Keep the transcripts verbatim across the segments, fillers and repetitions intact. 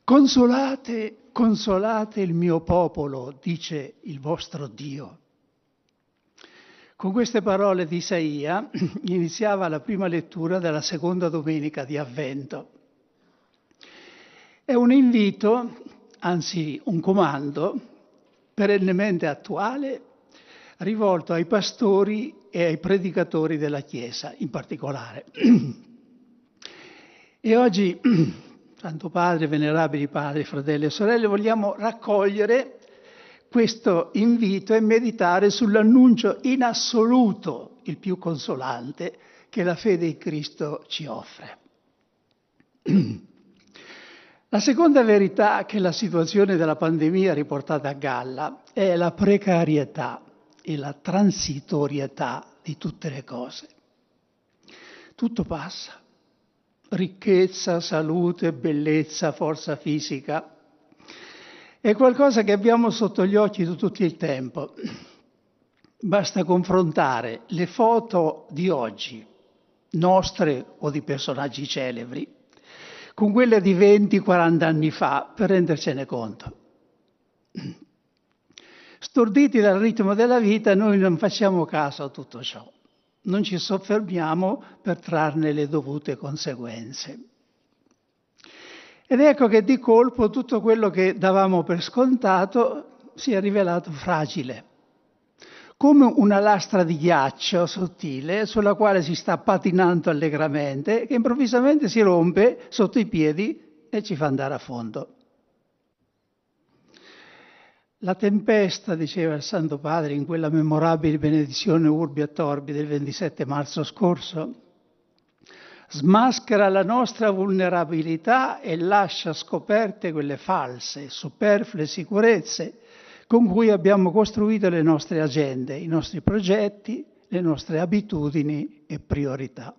Consolate, consolate il mio popolo, dice il vostro Dio. Con queste parole di Isaia iniziava la prima lettura della seconda domenica di Avvento. È un invito, anzi un comando, perennemente attuale, rivolto ai pastori e ai predicatori della Chiesa in particolare. E oggi, Santo Padre, venerabili padri, fratelli e sorelle, vogliamo raccogliere questo invito e meditare sull'annuncio in assoluto, il più consolante, che la fede in Cristo ci offre. La seconda verità che la situazione della pandemia ha riportato a galla è la precarietà e la transitorietà di tutte le cose. Tutto passa. Ricchezza, salute, bellezza, forza fisica. È qualcosa che abbiamo sotto gli occhi tutto il tempo. Basta confrontare le foto di oggi, nostre o di personaggi celebri, con quelle di venti quaranta anni fa, per rendercene conto. Storditi dal ritmo della vita, noi non facciamo caso a tutto ciò. Non ci soffermiamo per trarne le dovute conseguenze. Ed ecco che di colpo tutto quello che davamo per scontato si è rivelato fragile, come una lastra di ghiaccio sottile sulla quale si sta patinando allegramente, che improvvisamente si rompe sotto i piedi e ci fa andare a fondo. La tempesta, diceva il Santo Padre in quella memorabile benedizione Urbi et Orbi del ventisette marzo scorso, smaschera la nostra vulnerabilità e lascia scoperte quelle false, superflue sicurezze con cui abbiamo costruito le nostre agende, i nostri progetti, le nostre abitudini e priorità.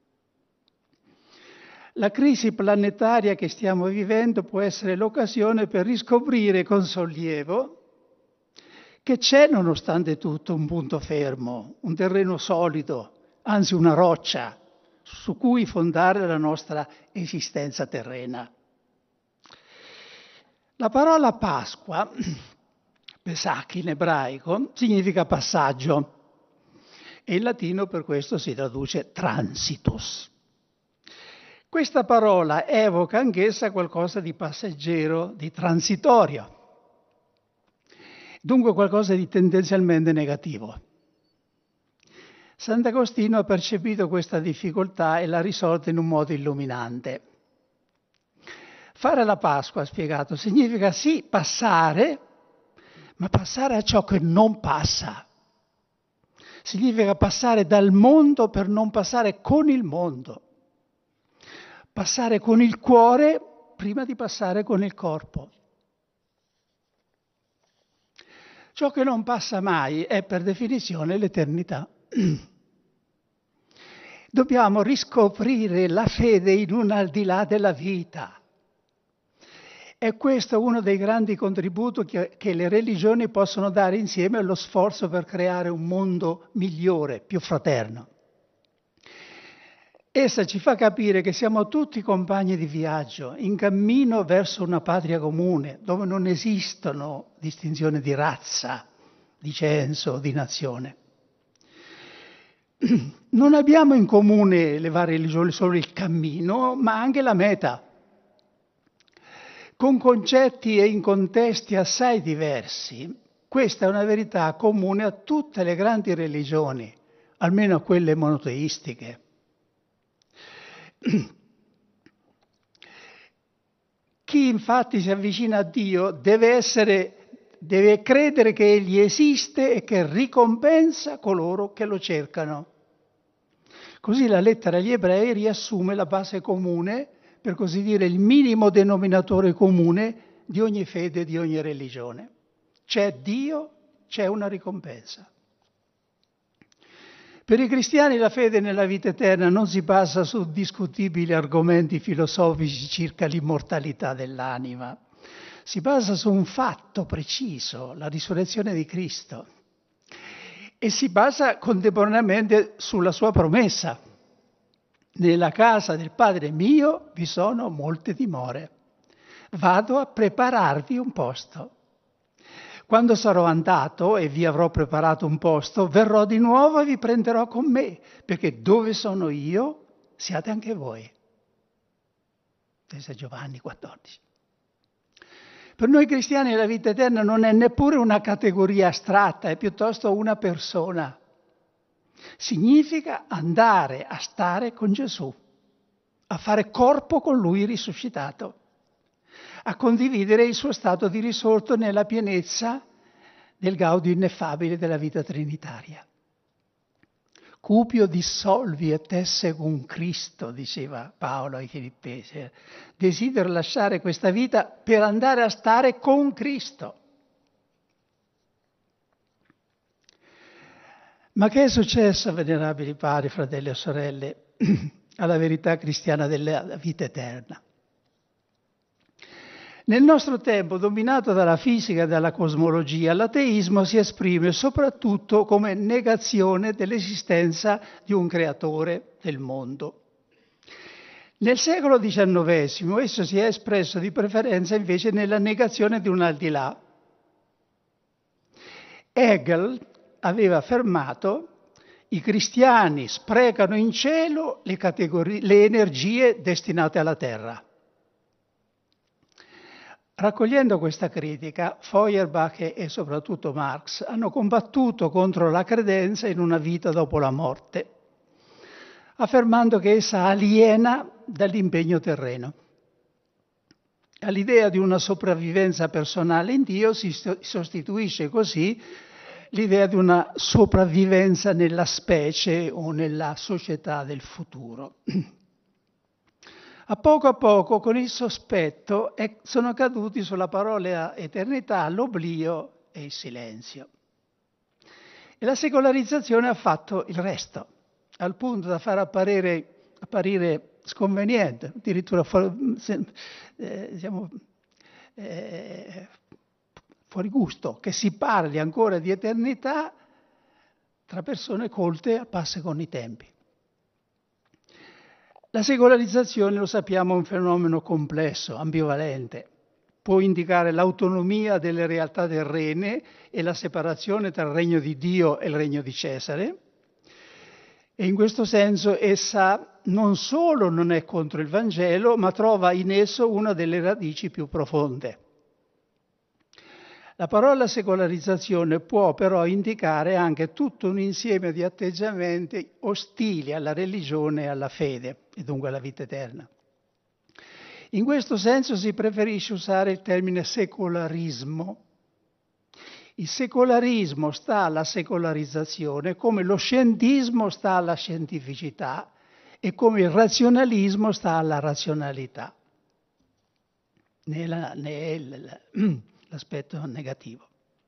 La crisi planetaria che stiamo vivendo può essere l'occasione per riscoprire con sollievo che c'è, nonostante tutto, un punto fermo, un terreno solido, anzi una roccia, su cui fondare la nostra esistenza terrena. La parola Pasqua, Pesach in ebraico, significa passaggio e in latino per questo si traduce transitus. Questa parola evoca anch'essa qualcosa di passeggero, di transitorio, dunque qualcosa di tendenzialmente negativo. Sant'Agostino ha percepito questa difficoltà e l'ha risolta in un modo illuminante. Fare la Pasqua, ha spiegato, significa sì passare, ma passare a ciò che non passa. Significa passare dal mondo per non passare con il mondo. Passare con il cuore prima di passare con il corpo. Ciò che non passa mai è per definizione l'eternità. Dobbiamo riscoprire la fede in un al di là della vita. E questo è uno dei grandi contributi che, che le religioni possono dare insieme allo sforzo per creare un mondo migliore, più fraterno. Essa ci fa capire che siamo tutti compagni di viaggio, in cammino verso una patria comune, dove non esistono distinzioni di razza, di censo, di nazione. Non abbiamo in comune le varie religioni solo il cammino, ma anche la meta, con concetti e in contesti assai diversi. Questa è una verità comune a tutte le grandi religioni, almeno a quelle monoteistiche. Chi infatti si avvicina a Dio deve essere, deve credere che Egli esiste e che ricompensa coloro che lo cercano. Così la lettera agli Ebrei riassume la base comune, per così dire il minimo denominatore comune di ogni fede e di ogni religione. C'è Dio, c'è una ricompensa. Per i cristiani la fede nella vita eterna non si basa su discutibili argomenti filosofici circa l'immortalità dell'anima, si basa su un fatto preciso, la risurrezione di Cristo, e si basa contemporaneamente sulla sua promessa. Nella casa del Padre mio vi sono molte dimore. Vado a prepararvi un posto. Quando sarò andato e vi avrò preparato un posto, verrò di nuovo e vi prenderò con me, perché dove sono io, siate anche voi. Questo è Giovanni quattordici. Per noi cristiani la vita eterna non è neppure una categoria astratta, è piuttosto una persona. Significa andare a stare con Gesù, a fare corpo con Lui risuscitato, a condividere il suo stato di risorto nella pienezza del gaudio ineffabile della vita trinitaria. Cupio dissolvi et esse con Cristo, diceva Paolo ai Filippesi. Desidero lasciare questa vita per andare a stare con Cristo. Ma che è successo, venerabili padri, fratelli e sorelle, alla verità cristiana della vita eterna? Nel nostro tempo, dominato dalla fisica e dalla cosmologia, l'ateismo si esprime soprattutto come negazione dell'esistenza di un creatore del mondo. Nel secolo diciannovesimo esso si è espresso di preferenza invece nella negazione di un al di là. Hegel aveva affermato: i cristiani sprecano in cielo le, categorie, le energie destinate alla terra. Raccogliendo questa critica, Feuerbach e soprattutto Marx hanno combattuto contro la credenza in una vita dopo la morte, affermando che essa aliena dall'impegno terreno. All'idea di una sopravvivenza personale in Dio si sostituisce così l'idea di una sopravvivenza nella specie o nella società del futuro. A poco a poco, con il sospetto, sono caduti sulla parola eternità l'oblio e il silenzio. E la secolarizzazione ha fatto il resto, al punto da far apparire, apparire sconveniente, addirittura fuori, eh, diciamo, eh, fuori gusto, che si parli ancora di eternità tra persone colte al passo con i tempi. La secolarizzazione, lo sappiamo, è un fenomeno complesso, ambivalente. Può indicare l'autonomia delle realtà terrene e la separazione tra il regno di Dio e il regno di Cesare. E in questo senso essa non solo non è contro il Vangelo, ma trova in esso una delle radici più profonde. La parola secolarizzazione può però indicare anche tutto un insieme di atteggiamenti ostili alla religione e alla fede, e dunque alla vita eterna. In questo senso si preferisce usare il termine secolarismo. Il secolarismo sta alla secolarizzazione come lo scientismo sta alla scientificità e come il razionalismo sta alla razionalità. Nella, nella, l'aspetto negativo.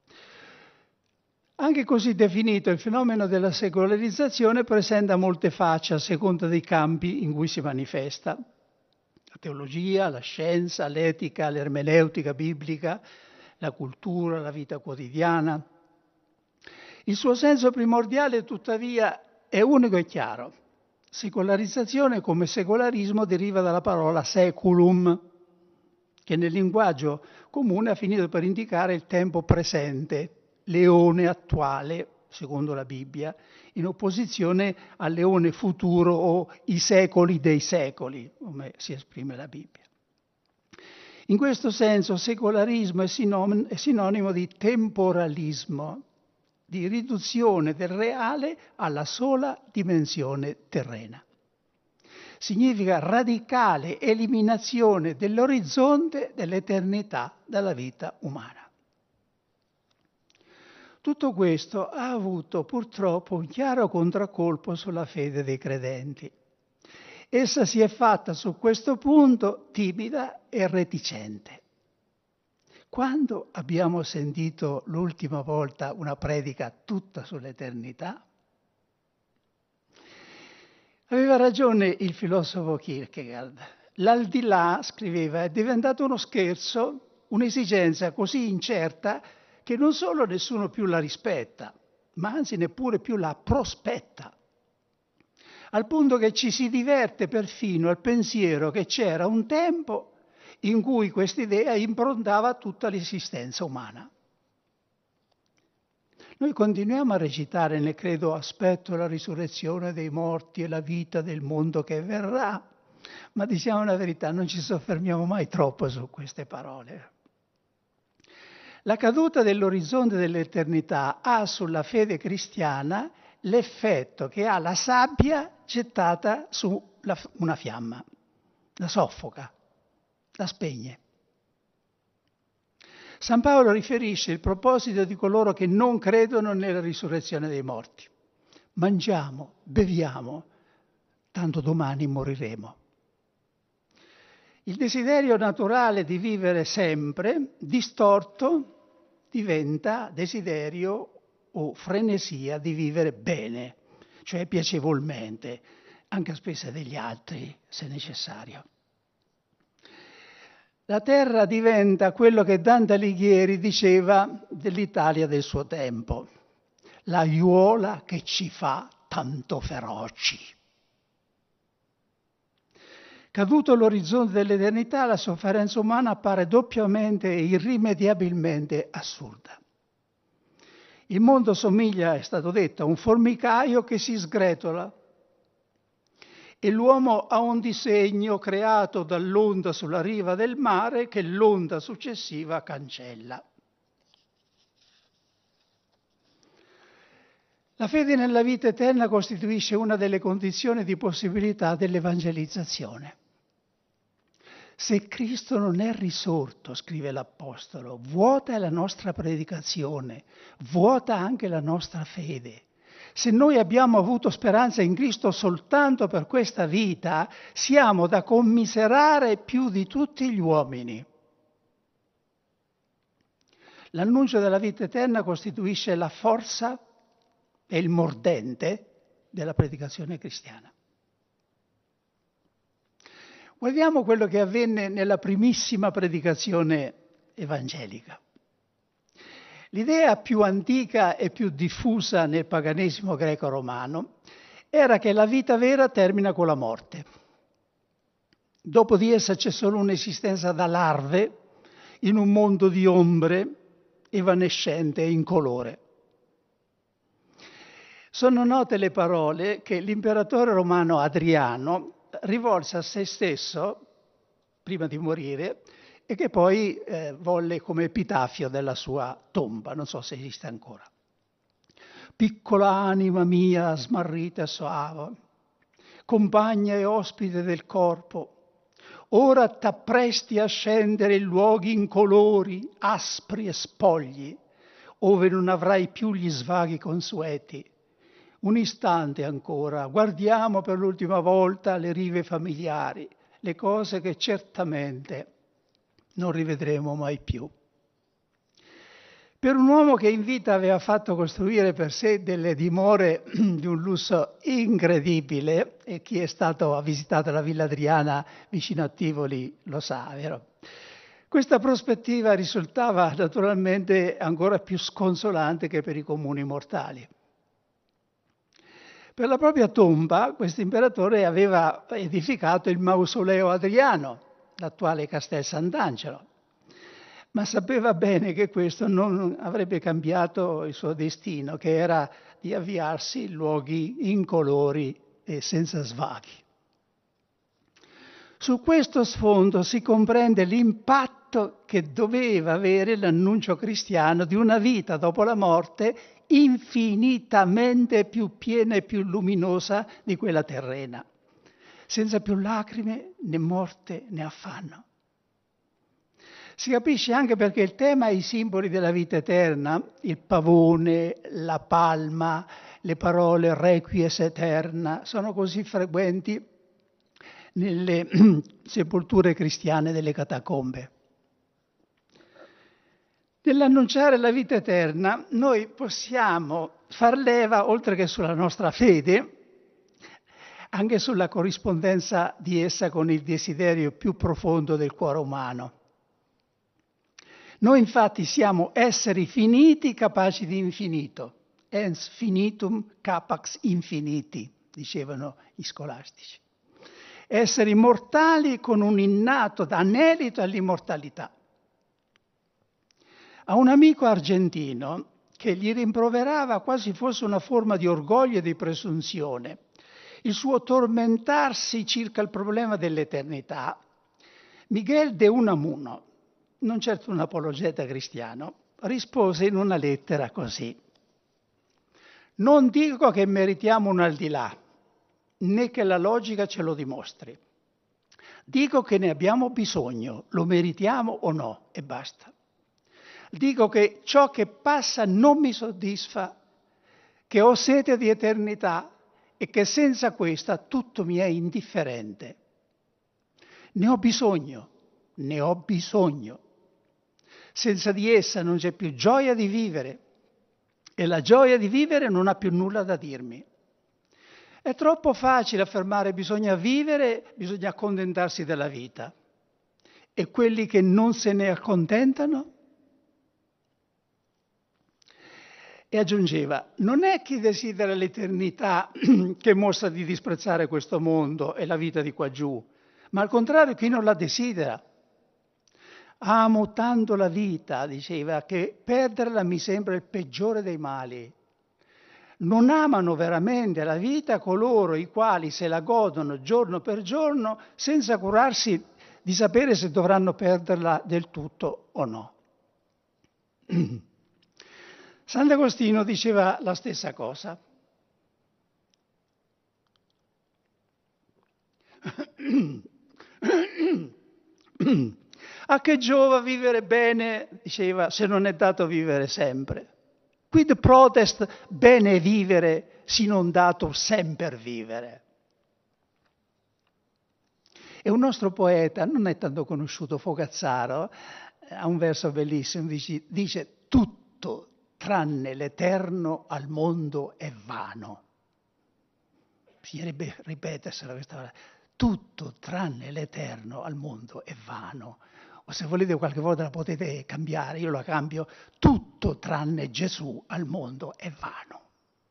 Anche così definito, il fenomeno della secolarizzazione presenta molte facce a seconda dei campi in cui si manifesta. La teologia, la scienza, l'etica, l'ermeneutica biblica, la cultura, la vita quotidiana. Il suo senso primordiale, tuttavia, è unico e chiaro. Secolarizzazione come secolarismo deriva dalla parola seculum, che nel linguaggio comune ha finito per indicare il tempo presente, l'eone attuale, secondo la Bibbia, in opposizione al leone futuro o i secoli dei secoli, come si esprime la Bibbia. In questo senso secolarismo è sinonimo, è sinonimo di temporalismo, di riduzione del reale alla sola dimensione terrena. Significa radicale eliminazione dell'orizzonte dell'eternità dalla vita umana. Tutto questo ha avuto purtroppo un chiaro contraccolpo sulla fede dei credenti. Essa si è fatta su questo punto timida e reticente. Quando abbiamo sentito l'ultima volta una predica tutta sull'eternità? Aveva ragione il filosofo Kierkegaard. L'aldilà, scriveva, è diventato uno scherzo, un'esigenza così incerta che non solo nessuno più la rispetta, ma anzi neppure più la prospetta. Al punto che ci si diverte perfino al pensiero che c'era un tempo in cui quest'idea improntava tutta l'esistenza umana. Noi continuiamo a recitare nel credo aspetto la risurrezione dei morti e la vita del mondo che verrà, ma diciamo la verità, non ci soffermiamo mai troppo su queste parole. La caduta dell'orizzonte dell'eternità ha sulla fede cristiana l'effetto che ha la sabbia gettata su la, una fiamma, la soffoca, la spegne. San Paolo riferisce il proposito di coloro che non credono nella risurrezione dei morti. Mangiamo, beviamo, tanto domani moriremo. Il desiderio naturale di vivere sempre, distorto, diventa desiderio o frenesia di vivere bene, cioè piacevolmente, anche a spese degli altri, se necessario. La terra diventa quello che Dante Alighieri diceva dell'Italia del suo tempo, la aiuola che ci fa tanto feroci. Caduto l'orizzonte dell'eternità, la sofferenza umana appare doppiamente e irrimediabilmente assurda. Il mondo somiglia, è stato detto, a un formicaio che si sgretola e l'uomo ha un disegno creato dall'onda sulla riva del mare che l'onda successiva cancella. La fede nella vita eterna costituisce una delle condizioni di possibilità dell'evangelizzazione. Se Cristo non è risorto, scrive l'Apostolo, vuota è la nostra predicazione, vuota anche la nostra fede. Se noi abbiamo avuto speranza in Cristo soltanto per questa vita, siamo da commiserare più di tutti gli uomini. L'annuncio della vita eterna costituisce la forza e il mordente della predicazione cristiana. Guardiamo quello che avvenne nella primissima predicazione evangelica. L'idea più antica e più diffusa nel paganesimo greco-romano era che la vita vera termina con la morte. Dopo di essa c'è solo un'esistenza da larve in un mondo di ombre, evanescente e incolore. Sono note le parole che l'imperatore romano Adriano rivolse a se stesso prima di morire e che poi eh, volle come epitafio della sua tomba, non so se esiste ancora. Piccola anima mia, smarrita e soave, compagna e ospite del corpo, ora t'appresti a scendere in luoghi incolori, aspri e spogli, ove non avrai più gli svaghi consueti. Un istante ancora, guardiamo per l'ultima volta le rive familiari, le cose che certamente non rivedremo mai più. Per un uomo che in vita aveva fatto costruire per sé delle dimore di un lusso incredibile, e chi è stato ha visitato la Villa Adriana vicino a Tivoli lo sa, vero? Questa prospettiva risultava naturalmente ancora più sconsolante che per i comuni mortali. Per la propria tomba questo imperatore aveva edificato il mausoleo Adriano, l'attuale Castel Sant'Angelo, ma sapeva bene che questo non avrebbe cambiato il suo destino, che era di avviarsi in luoghi incolori e senza svaghi. Su questo sfondo si comprende l'impatto che doveva avere l'annuncio cristiano di una vita dopo la morte infinitamente più piena e più luminosa di quella terrena, senza più lacrime né morte né affanno. Si capisce anche perché il tema e i simboli della vita eterna, il pavone, la palma, le parole requies eterna, sono così frequenti nelle sepolture cristiane delle catacombe. Nell'annunciare la vita eterna noi possiamo far leva, oltre che sulla nostra fede, anche sulla corrispondenza di essa con il desiderio più profondo del cuore umano. Noi infatti siamo esseri finiti capaci di infinito, ens finitum capax infiniti, dicevano gli scolastici. essere immortali con un innato anelito all'immortalità. A un amico argentino che gli rimproverava quasi fosse una forma di orgoglio e di presunzione il suo tormentarsi circa il problema dell'eternità, Miguel de Unamuno, non certo un apologeta cristiano, rispose in una lettera così: «Non dico che meritiamo un al di là, né che la logica ce lo dimostri. Dico che ne abbiamo bisogno, lo meritiamo o no, e basta. Dico che ciò che passa non mi soddisfa, che ho sete di eternità e che senza questa tutto mi è indifferente. Ne ho bisogno, ne ho bisogno. Senza di essa non c'è più gioia di vivere e la gioia di vivere non ha più nulla da dirmi. È troppo facile affermare bisogna vivere, bisogna accontentarsi della vita. E quelli che non se ne accontentano?» E aggiungeva: «Non è chi desidera l'eternità che mostra di disprezzare questo mondo e la vita di qua giù, ma al contrario chi non la desidera. Amo tanto la vita», diceva, «che perderla mi sembra il peggiore dei mali. Non amano veramente la vita coloro i quali se la godono giorno per giorno senza curarsi di sapere se dovranno perderla del tutto o no». Sant'Agostino diceva la stessa cosa. A che giova vivere bene, diceva, se non è dato vivere sempre? Quid protest bene vivere, si non dato semper vivere? E un nostro poeta, non è tanto conosciuto, Fogazzaro, ha un verso bellissimo, dice, dice tutto tranne l'eterno al mondo è vano. Bisognerebbe ripetersela questa parola. Tutto tranne l'eterno al mondo è vano. O se volete qualche volta la potete cambiare, io la cambio: tutto tranne Gesù al mondo è vano.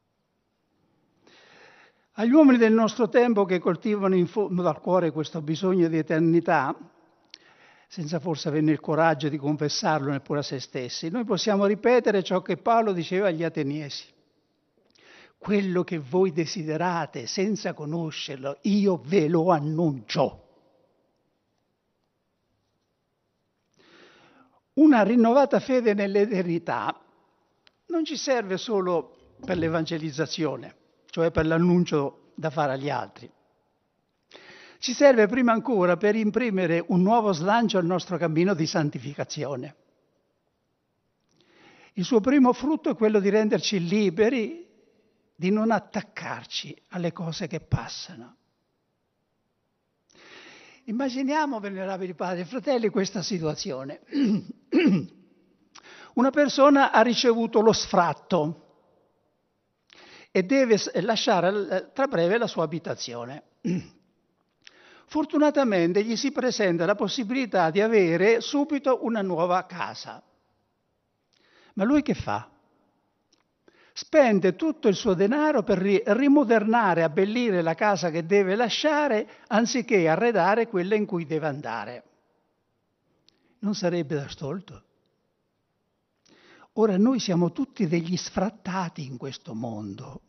Agli uomini del nostro tempo che coltivano in fondo al cuore questo bisogno di eternità, senza forse averne il coraggio di confessarlo neppure a se stessi, noi possiamo ripetere ciò che Paolo diceva agli Ateniesi: quello che voi desiderate senza conoscerlo, io ve lo annuncio. Una rinnovata fede nell'eternità non ci serve solo per l'evangelizzazione, cioè per l'annuncio da fare agli altri. Ci serve prima ancora per imprimere un nuovo slancio al nostro cammino di santificazione. Il suo primo frutto è quello di renderci liberi di non attaccarci alle cose che passano. Immaginiamo, venerabili padri e fratelli, questa situazione. Una persona ha ricevuto lo sfratto e deve lasciare tra breve la sua abitazione. Fortunatamente gli si presenta la possibilità di avere subito una nuova casa. Ma lui che fa? Spende tutto il suo denaro per rimodernare, abbellire la casa che deve lasciare, anziché arredare quella in cui deve andare. Non sarebbe da stolto? Ora noi siamo tutti degli sfrattati in questo mondo.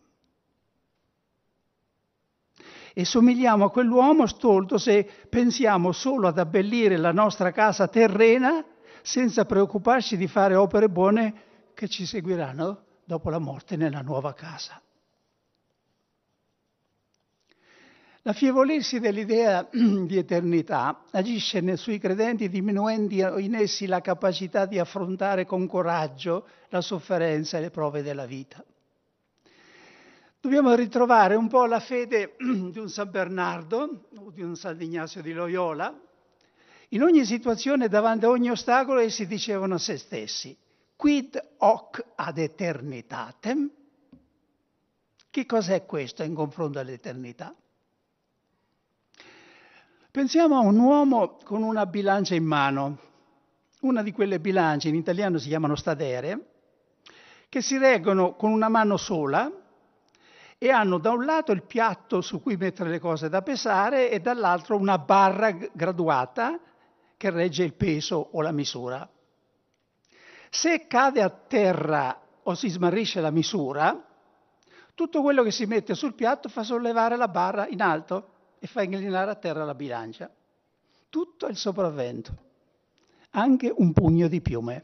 E somigliamo a quell'uomo stolto se pensiamo solo ad abbellire la nostra casa terrena senza preoccuparci di fare opere buone che ci seguiranno dopo la morte nella nuova casa. L'affievolirsi dell'idea di eternità agisce sui credenti diminuendo in essi la capacità di affrontare con coraggio la sofferenza e le prove della vita. Dobbiamo ritrovare un po' la fede di un San Bernardo o di un Sant'Ignazio di Loyola. In ogni situazione, davanti a ogni ostacolo, essi dicevano a se stessi: quid hoc ad eternitatem? Che cos'è questo in confronto all'eternità? Pensiamo a un uomo con una bilancia in mano, una di quelle bilance, in italiano si chiamano stadere, che si reggono con una mano sola e hanno da un lato il piatto su cui mettere le cose da pesare e dall'altro una barra graduata che regge il peso o la misura. Se cade a terra o si smarrisce la misura, tutto quello che si mette sul piatto fa sollevare la barra in alto e fa inclinare a terra la bilancia. Tutto il sopravvento, anche un pugno di piume.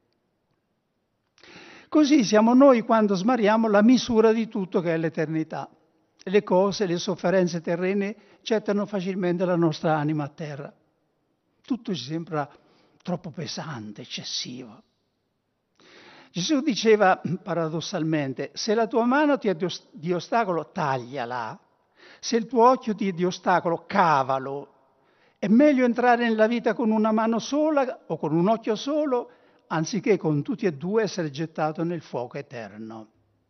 Così siamo noi quando smariamo la misura di tutto che è l'eternità. Le cose, le sofferenze terrene gettano facilmente la nostra anima a terra. Tutto ci sembra troppo pesante, eccessivo. Gesù diceva paradossalmente: se la tua mano ti è di ostacolo, tagliala. Se il tuo occhio ti è di ostacolo, cavalo. È meglio entrare nella vita con una mano sola o con un occhio solo, anziché con tutti e due essere gettato nel fuoco eterno.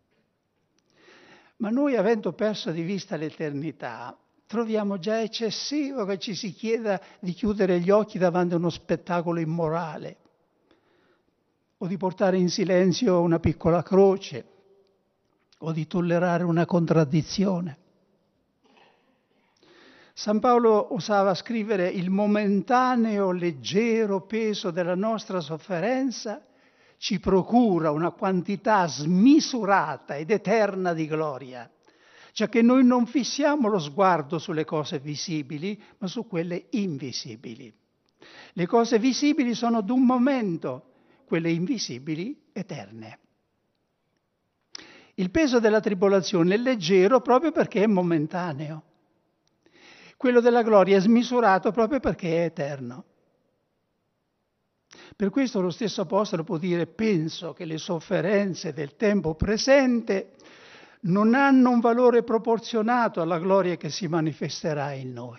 Ma noi, avendo perso di vista l'eternità, troviamo già eccessivo che ci si chieda di chiudere gli occhi davanti a uno spettacolo immorale, o di portare in silenzio una piccola croce, o di tollerare una contraddizione. San Paolo osava scrivere: il momentaneo leggero peso della nostra sofferenza ci procura una quantità smisurata ed eterna di gloria, cioè che noi non fissiamo lo sguardo sulle cose visibili, ma su quelle invisibili. Le cose visibili sono d'un momento, quelle invisibili eterne. Il peso della tribolazione è leggero proprio perché è momentaneo. Quello della gloria è smisurato proprio perché è eterno. Per questo lo stesso Apostolo può dire: penso che le sofferenze del tempo presente non hanno un valore proporzionato alla gloria che si manifesterà in noi.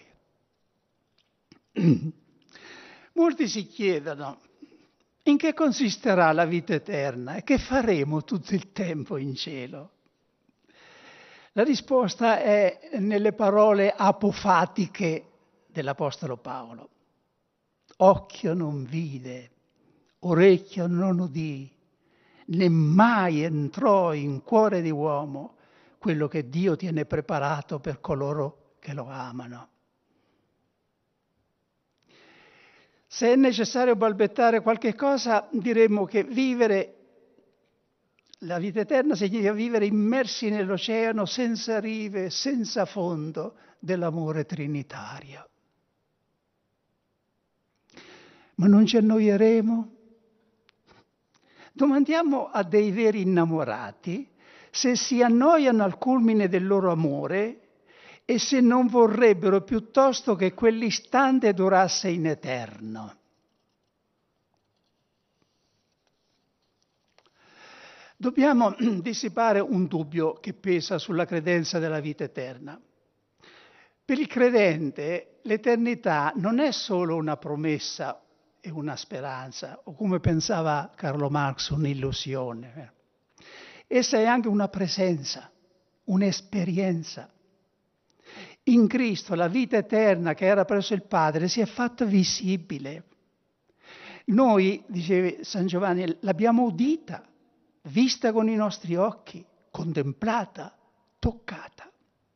Molti si chiedono: in che consisterà la vita eterna e che faremo tutto il tempo in cielo? La risposta è nelle parole apofatiche dell'Apostolo Paolo. Occhio non vide, orecchio non udì, né mai entrò in cuore di uomo quello che Dio tiene preparato per coloro che lo amano. Se è necessario balbettare qualche cosa, diremmo che vivere la vita eterna significa vivere immersi nell'oceano senza rive, senza fondo dell'amore trinitario. Ma non ci annoieremo? Domandiamo a dei veri innamorati se si annoiano al culmine del loro amore e se non vorrebbero piuttosto che quell'istante durasse in eterno. Dobbiamo dissipare un dubbio che pesa sulla credenza della vita eterna. Per il credente l'eternità non è solo una promessa e una speranza, o come pensava Carlo Marx, un'illusione. Essa è anche una presenza, un'esperienza. In Cristo la vita eterna che era presso il Padre si è fatta visibile. Noi, diceva San Giovanni, l'abbiamo udita, vista con i nostri occhi, contemplata, toccata.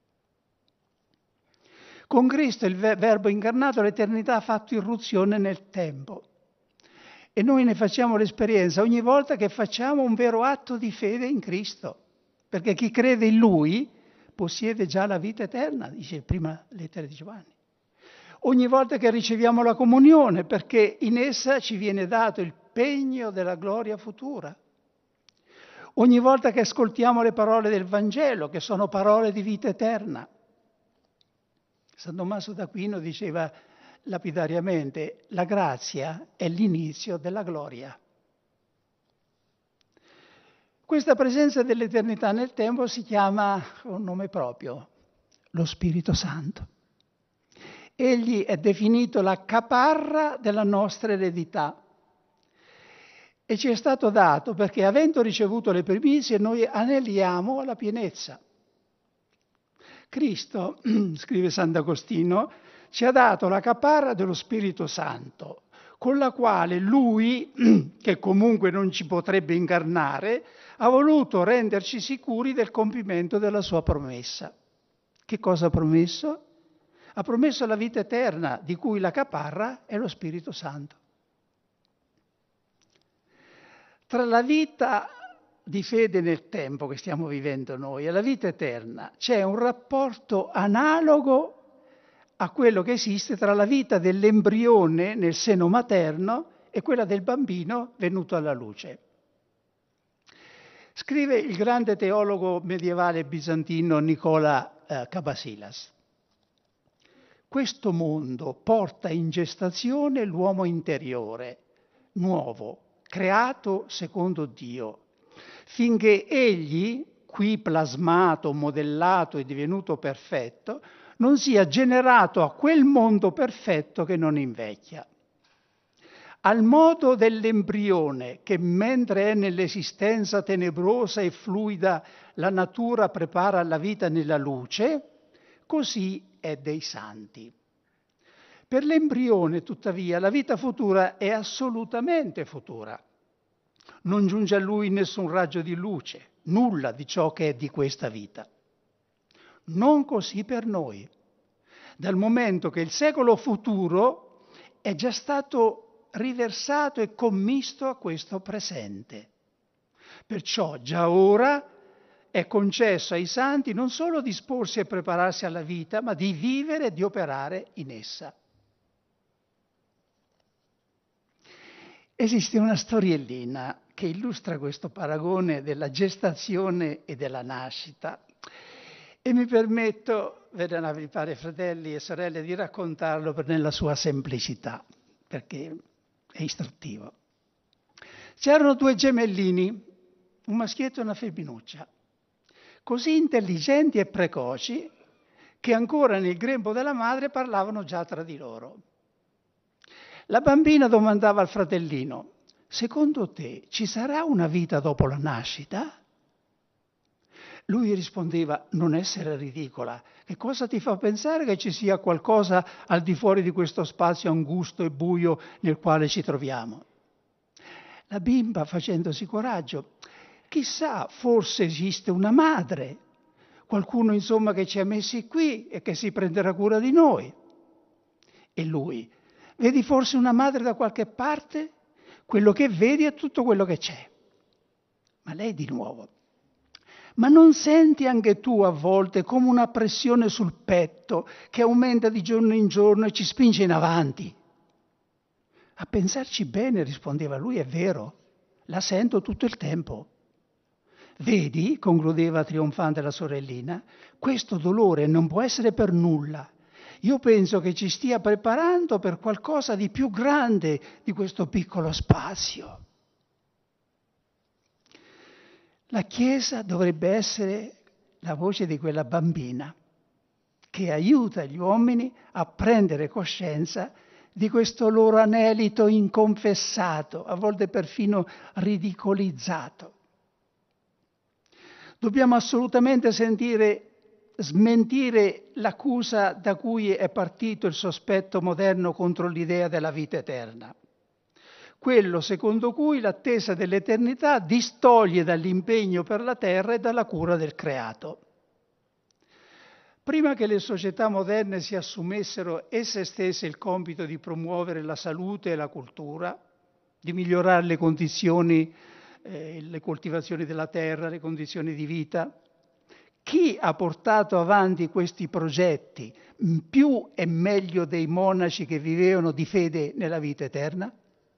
Con Cristo, il Verbo incarnato, l'eternità ha fatto irruzione nel tempo. E noi ne facciamo l'esperienza ogni volta che facciamo un vero atto di fede in Cristo. Perché chi crede in Lui possiede già la vita eterna, dice prima lettera di Giovanni. Ogni volta che riceviamo la comunione, perché in essa ci viene dato il pegno della gloria futura. Ogni volta che ascoltiamo le parole del Vangelo, che sono parole di vita eterna. San Tommaso d'Aquino diceva lapidariamente: la grazia è l'inizio della gloria. Questa presenza dell'eternità nel tempo si chiama un nome proprio, lo Spirito Santo. Egli è definito la caparra della nostra eredità e ci è stato dato perché, avendo ricevuto le primizie, noi aneliamo alla pienezza. Cristo, scrive Sant'Agostino, ci ha dato la caparra dello Spirito Santo, con la quale lui, che comunque non ci potrebbe incarnare, ha voluto renderci sicuri del compimento della sua promessa. Che cosa ha promesso? Ha promesso la vita eterna, di cui la caparra è lo Spirito Santo. Tra la vita di fede nel tempo che stiamo vivendo noi e la vita eterna c'è un rapporto analogo a quello che esiste tra la vita dell'embrione nel seno materno e quella del bambino venuto alla luce. Scrive il grande teologo medievale bizantino Nicola eh, Cabasilas: questo mondo porta in gestazione l'uomo interiore, nuovo, creato secondo Dio, finché egli, qui plasmato, modellato e divenuto perfetto, non sia generato a quel mondo perfetto che non invecchia. Al modo dell'embrione che, mentre è nell'esistenza tenebrosa e fluida, la natura prepara la vita nella luce, così è dei santi. Per l'embrione, tuttavia, la vita futura è assolutamente futura. Non giunge a lui nessun raggio di luce, nulla di ciò che è di questa vita. Non così per noi, dal momento che il secolo futuro è già stato riversato e commisto a questo presente. Perciò già ora è concesso ai santi non solo disporsi e prepararsi alla vita, ma di vivere e di operare in essa. Esiste una storiellina che illustra questo paragone della gestazione e della nascita e mi permetto, venerabili padri, fratelli e sorelle, di raccontarlo nella sua semplicità, perché è istruttivo. C'erano due gemellini, un maschietto e una femminuccia, così intelligenti e precoci che ancora nel grembo della madre parlavano già tra di loro. La bambina domandava al fratellino: secondo te ci sarà una vita dopo la nascita? Lui rispondeva: non essere ridicola, che cosa ti fa pensare che ci sia qualcosa al di fuori di questo spazio angusto e buio nel quale ci troviamo? La bimba, facendosi coraggio: chissà, forse esiste una madre, qualcuno insomma che ci ha messi qui e che si prenderà cura di noi. E lui: vedi forse una madre da qualche parte? Quello che vedi è tutto quello che c'è. Ma lei di nuovo: ma non senti anche tu a volte come una pressione sul petto che aumenta di giorno in giorno e ci spinge in avanti? A pensarci bene, rispondeva lui, è vero, la sento tutto il tempo. Vedi, concludeva trionfante la sorellina, questo dolore non può essere per nulla. Io penso che ci stia preparando per qualcosa di più grande di questo piccolo spazio. La Chiesa dovrebbe essere la voce di quella bambina che aiuta gli uomini a prendere coscienza di questo loro anelito inconfessato, a volte perfino ridicolizzato. Dobbiamo assolutamente sentire, smentire l'accusa da cui è partito il sospetto moderno contro l'idea della vita eterna. Quello secondo cui l'attesa dell'eternità distoglie dall'impegno per la terra e dalla cura del creato. Prima che le società moderne si assumessero esse stesse il compito di promuovere la salute e la cultura, di migliorare le condizioni, eh, le coltivazioni della terra, le condizioni di vita, chi ha portato avanti questi progetti più e meglio dei monaci che vivevano di fede nella vita eterna?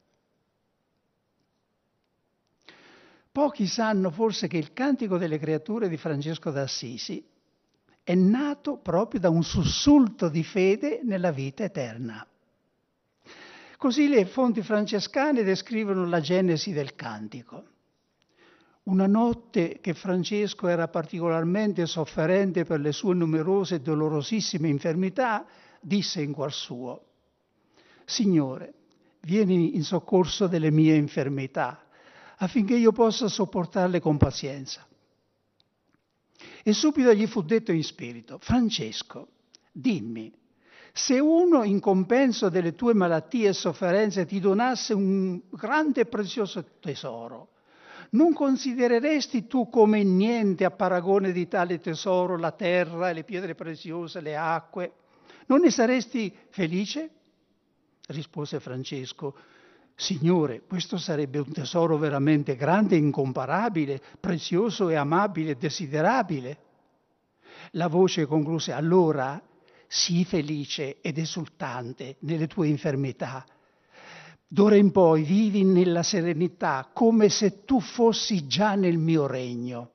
Pochi sanno forse che il Cantico delle Creature di Francesco d'Assisi è nato proprio da un sussulto di fede nella vita eterna. Così le fonti francescane descrivono la genesi del cantico. Una notte che Francesco era particolarmente sofferente per le sue numerose e dolorosissime infermità, disse in cuor suo: Signore, vieni in soccorso delle mie infermità, affinché io possa sopportarle con pazienza. E subito gli fu detto in spirito: Francesco, dimmi, Se uno in compenso delle tue malattie e sofferenze ti donasse un grande e prezioso tesoro, non considereresti tu come niente a paragone di tale tesoro la terra, le pietre preziose, le acque? Non ne saresti felice? Rispose Francesco: Signore, questo sarebbe un tesoro veramente grande e incomparabile, prezioso e amabile e desiderabile. La voce concluse: allora sii felice ed esultante nelle tue infermità. D'ora in poi vivi nella serenità, come se tu fossi già nel mio regno.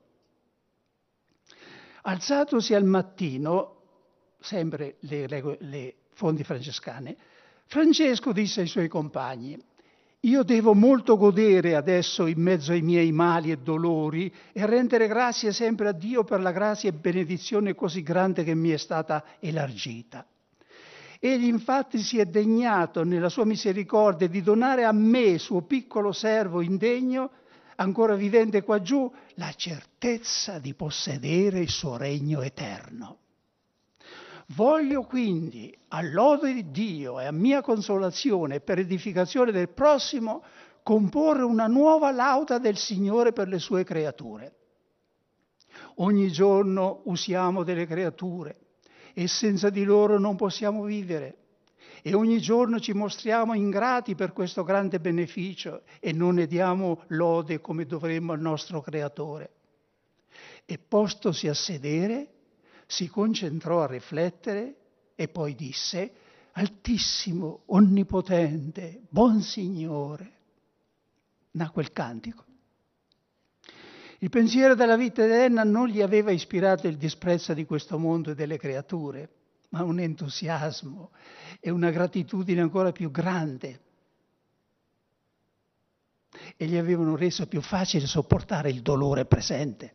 Alzatosi al mattino, sempre le, le, le fonti francescane, Francesco disse ai suoi compagni: io devo molto godere adesso in mezzo ai miei mali e dolori e rendere grazie sempre a Dio per la grazia e benedizione così grande che mi è stata elargita. Egli infatti si è degnato nella sua misericordia di donare a me, suo piccolo servo indegno, ancora vivente qua giù, la certezza di possedere il suo regno eterno. Voglio quindi, a lode di Dio e a mia consolazione per edificazione del prossimo, comporre una nuova lauda del Signore per le sue creature. Ogni giorno usiamo delle creature e senza di loro non possiamo vivere. E ogni giorno ci mostriamo ingrati per questo grande beneficio e non ne diamo lode come dovremmo al nostro Creatore. E postosi a sedere, si concentrò a riflettere e poi disse: Altissimo, onnipotente, buon Signore. Nacque il cantico. Il pensiero della vita eterna non gli aveva ispirato il disprezzo di questo mondo e delle creature, ma un entusiasmo e una gratitudine ancora più grande. E gli avevano reso più facile sopportare il dolore presente.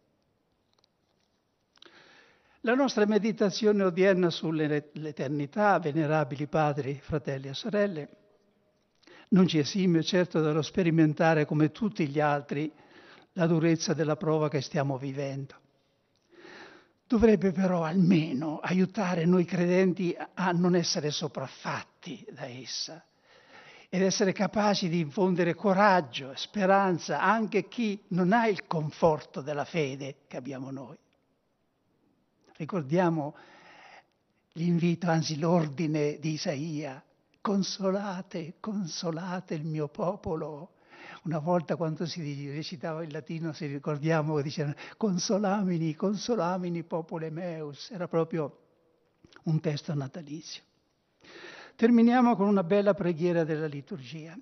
La nostra meditazione odierna sull'eternità, venerabili padri, fratelli e sorelle, non ci esime certo dallo sperimentare come tutti gli altri la durezza della prova che stiamo vivendo. Dovrebbe però almeno aiutare noi credenti a non essere sopraffatti da essa ed essere capaci di infondere coraggio e speranza anche a chi non ha il conforto della fede che abbiamo noi. Ricordiamo l'invito, anzi l'ordine di Isaia: consolate, consolate il mio popolo. Una volta quando si recitava il latino, si ricordiamo che dicevano consolamini, consolamini popole meus. Era proprio un testo natalizio. Terminiamo con una bella preghiera della liturgia.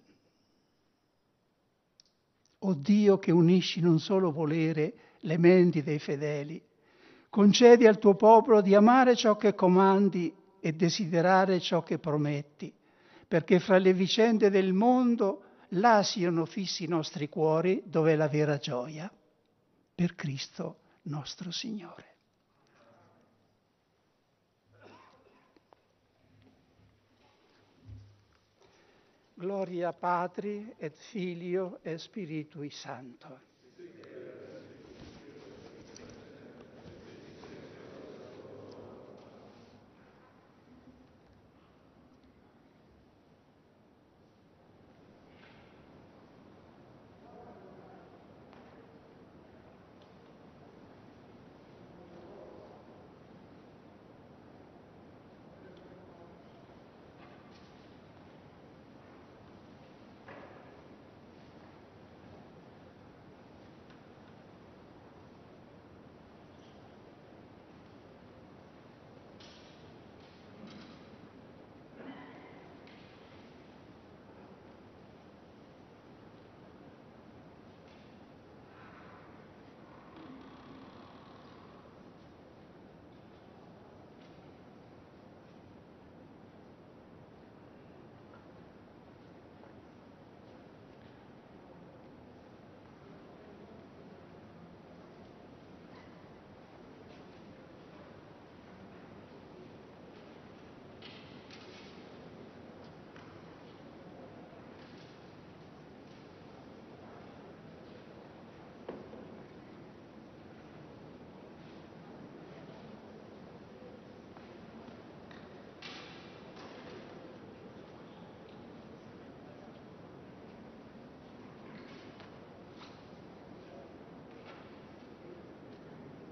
O Dio che unisci in un solo volere le menti dei fedeli, concedi al tuo popolo di amare ciò che comandi e desiderare ciò che prometti, perché fra le vicende del mondo là siano fissi i nostri cuori, dove è la vera gioia. Per Cristo nostro Signore. Gloria Patri et Filio et Spiritui Sancto.